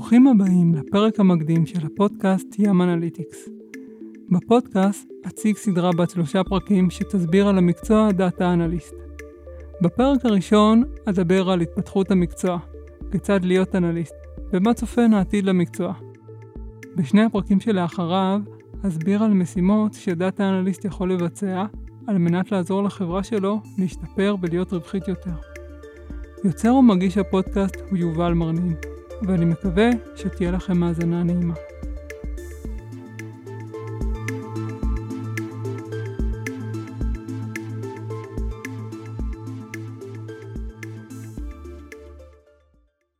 ברוכים הבאים לפרק המקדים של הפודקאסט ים אנליטיקס. בפודקאסט אציג סדרה בת 3 פרקים שתסביר על המקצוע דאטה אנליסט. בפרק הראשון אדבר על התפתחות המקצוע, כיצד להיות אנליסט, ומה צופן העתיד למקצוע. בשני הפרקים שלאחריו אסביר על משימות שדאטה אנליסט יכול לבצע על מנת לעזור לחברה שלו להשתפר ולהיות רווחית יותר. יוצר ומגיש הפודקאסט הוא יובל מרנין, ואני מקווה שתהיה לכם האזנה נעימה.